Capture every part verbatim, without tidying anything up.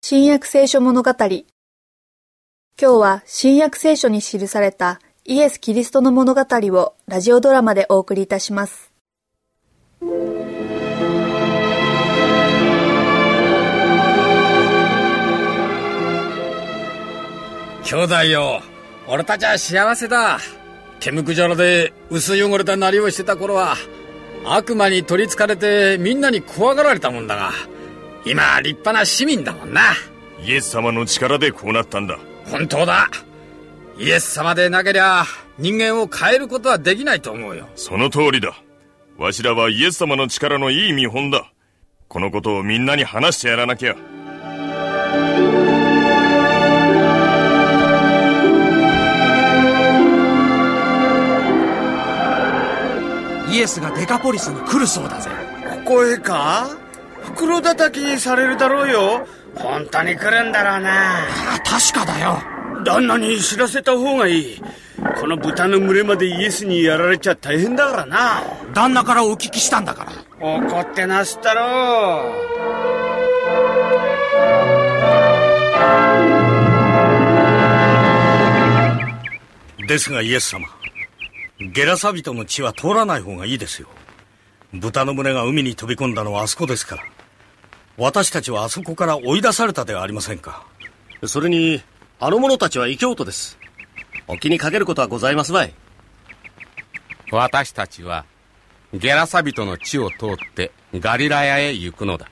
新約聖書物語。今日は新約聖書に記されたイエス・キリストの物語をラジオドラマでお送りいたします。 兄弟よ、俺たちは幸せだ。毛むくじゃらで薄汚れたなりをしてた頃は悪魔に取りつかれてみんなに怖がられたもんだが、今立派な市民だもんな。 イエス様の力でこうなったんだ。 本当だ。イエス様でなけりゃ人間を変えることはできないと思うよ。 その通りだ。わしらはイエス様の力のいい見本だ。このことをみんなに話してやらなきゃ。 イエスがデカポリスに来るそうだぜ。 ここへか？袋叩きにされるだろうよ。本当に来るんだろうな。 あ、確かだよ。 旦那に知らせた方がいい。この豚の群れまでイエスにやられちゃ大変だからな。 旦那からお聞きしたんだから。 怒ってなすったろう。ですがイエス様、ゲラサ人の血は通らない方がいいですよ。豚の群れが海に飛び込んだのはあそこですから。私たちはあそこから追い出されたではありませんか。 それにあの者たちは異教徒です。お気にかけることはございますまい。 私たちはゲラサ人の地を通ってガリラヤへ行くのだ。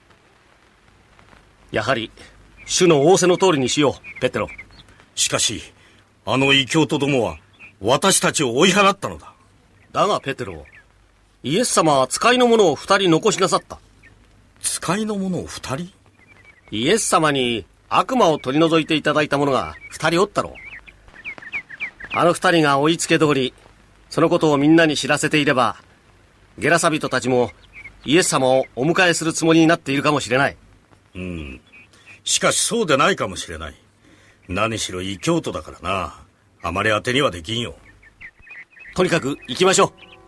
やはり主の仰せの通りにしよう、ペテロ。 しかしあの異教徒どもは私たちを追い払ったのだ。 だがペテロ、イエス様は使いの者を二人残しなさった。 使いの者を二人？ イエス様に悪魔を取り除いていただいた者が二人おったろう。あの二人が追いつけ通り、そのことをみんなに知らせていれば、ゲラサ人たちもイエス様をお迎えするつもりになっているかもしれない。 うん。しかしそうでないかもしれない。何しろ異教徒だからな。あまり当てにはできんよ。 とにかく行きましょう。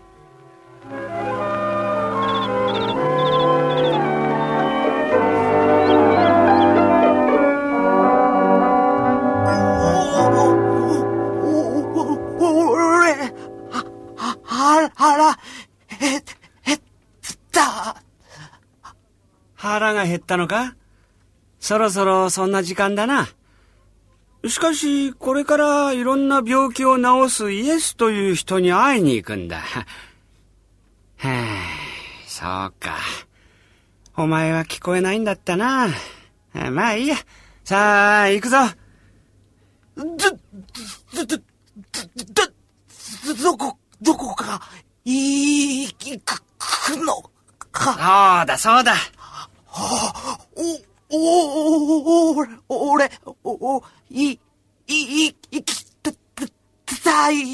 腹が減ったのか？そろそろそんな時間だな。しかしこれからいろんな病気を治すイエスという人に会いに行くんだ。はあ、そうか。お前は聞こえないんだったな。まあいいや。さあ行くぞ。ど、ど、ど、ど、どこ、どこか、い、行くのか。そうだそうだ。お、お、お、俺、お、い、い、い、いきた、たい。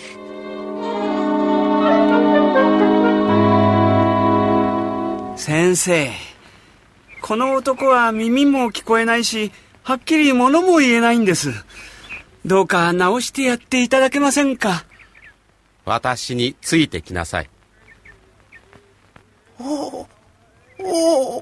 先生、この男は耳も聞こえないし、はっきり物も言えないんです。どうか直してやっていただけませんか？ 私についてきなさい。 お、お、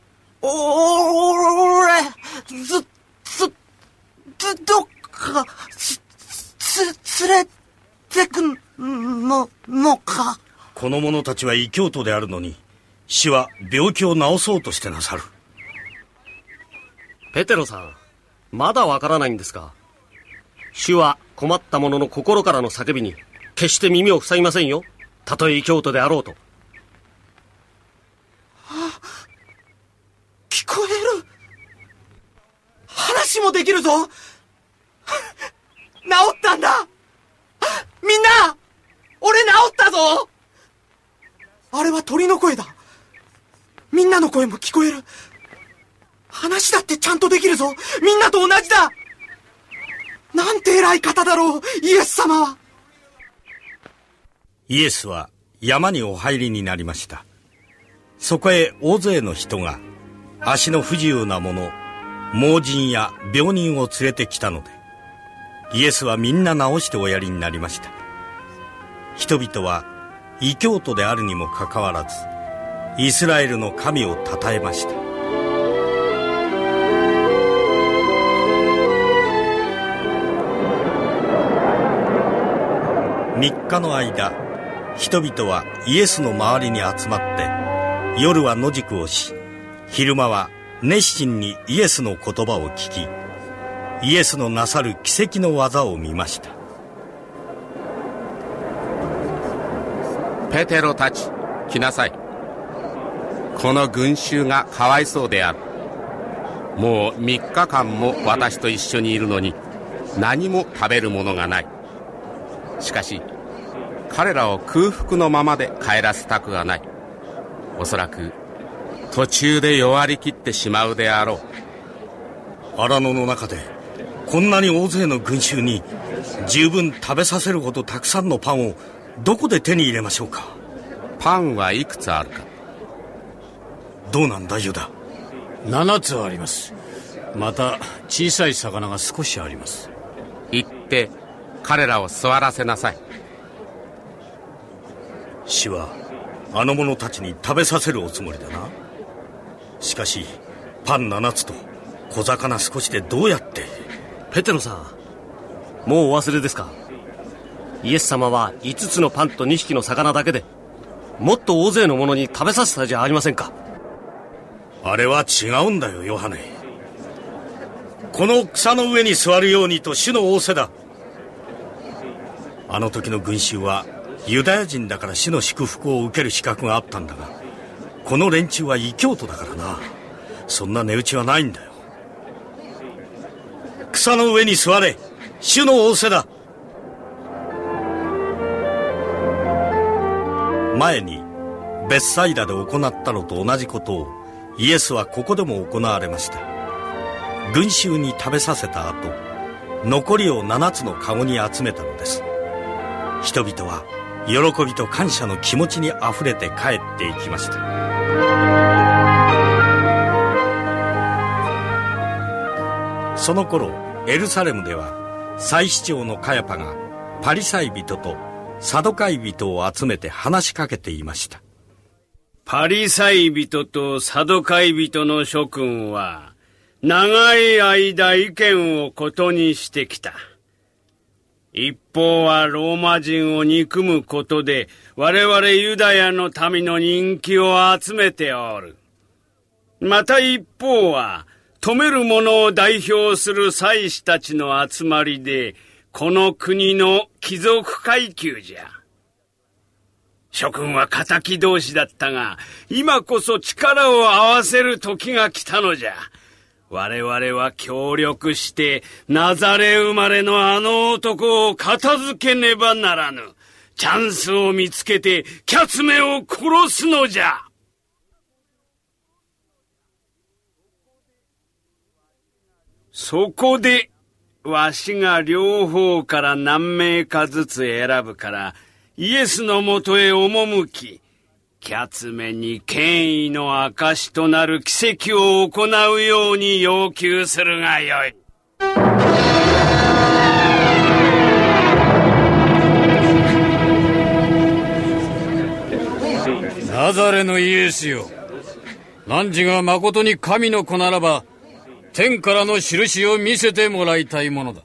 お、俺、ず、ず、ず、どっか、つ、つ、連れてくの、のか。 この者たちは異教徒であるのに、死は病気を治そうとしてなさる。 ペテロさん、まだわからないんですか？主は困った者の心からの叫びに決して耳を塞ぎませんよ。たとえ異教徒であろうと。 あ、聞こえる。話もできるぞ。治ったんだ。みんな、俺治ったぞ。あれは鳥の声だ。みんなの声も聞こえる。話だってちゃんとできるぞ。みんなと同じだ。なんて偉い方だろう、イエス様は。 イエスは山にお入りになりました。そこへ大勢の人が足の不自由な者、盲人や病人を連れてきたので、イエスはみんな治しておやりになりました。人々は異教徒であるにもかかわらず、イスラエルの神を称えました。 みっかの間、人々はイエスの周りに集まって、夜は野宿をし、昼間は熱心にイエスの言葉を聞き、イエスのなさる奇跡の技を見ました。 ペテロたち、来なさい。この群衆がかわいそうである。もうみっかかんも私と一緒にいるのに何も食べるものがない。しかし彼らを空腹のままで帰らせたくはない。おそらく途中で弱りきってしまうであろう。荒野の中でこんなに大勢の群衆に十分食べさせるほどたくさんのパンをどこで手に入れましょうか。 パンはいくつあるか。 どうなんだユダ。 七つあります。また小さい魚が少しあります。 行って彼らを座らせなさい。 主はあの者たちに食べさせるおつもりだな。しかしパン七つと小魚少しでどうやって。 ペテロさん、もうお忘れですか。イエス様は五つのパンと二匹の魚だけでもっと大勢の者に食べさせたじゃありませんか。 あれは違うんだよヨハネ。この草の上に座るようにと主の仰せだ。あの時の群衆はユダヤ人だから主の祝福を受ける資格があったんだが、この連中は異教徒だからな。そんな値打ちはないんだよ。草の上に座れ、主の仰せだ。前にベツサイダで行ったのと同じことをイエスはここでも行われました。群衆に食べさせた後、残りを七つのカゴに集めたのです。人々は喜びと感謝の気持ちにあふれて帰っていきました。その頃エルサレムでは祭司長のカヤパがパリサイ人とサドカイ人を集めて話しかけていました。 パリサイ人とサドカイ人の諸君は長い間意見をことにしてきた。一方はローマ人を憎むことで我々ユダヤの民の人気を集めておる。また一方は止める者を代表する祭司たちの集まりでこの国の貴族階級じゃ。諸君は敵同士だったが今こそ力を合わせる時が来たのじゃ。我々は協力してナザレ生まれのあの男を片付けねばならぬ。チャンスを見つけてキャツメを殺すのじゃ。そこでわしが両方から何名かずつ選ぶからイエスのもとへ赴き、キャツメに権威の証となる奇跡を行うように要求するがよい。 ナザレのイエスよ、汝が誠に神の子ならば天からの印を見せてもらいたいものだ。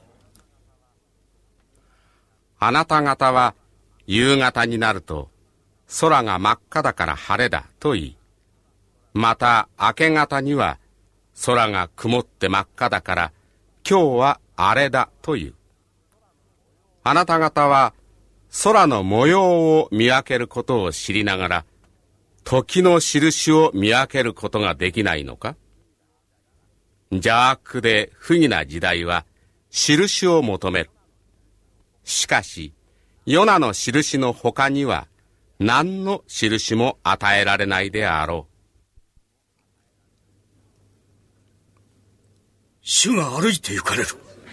あなた方は夕方になると空が真っ赤だから晴れだと言い、また明け方には空が曇って真っ赤だから今日は荒れだと言う。あなた方は空の模様を見分けることを知りながら時の印を見分けることができないのか。邪悪で不義な時代は印を求める。しかしヨナの印の他には何の印も与えられないであろう。 主が歩いて行かれる。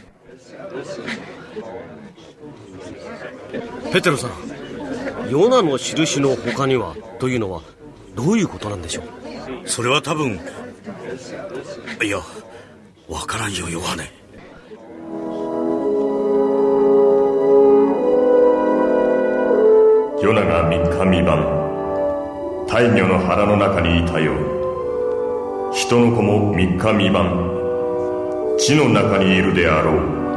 ペテロさん、ヨナの印の他にはというのはどういうことなんでしょう。 それは多分、いやわからんよヨハネ。 ヨナが三日三晩大魚の腹の中にいたように、人の子も三日三晩地の中にいるであろう。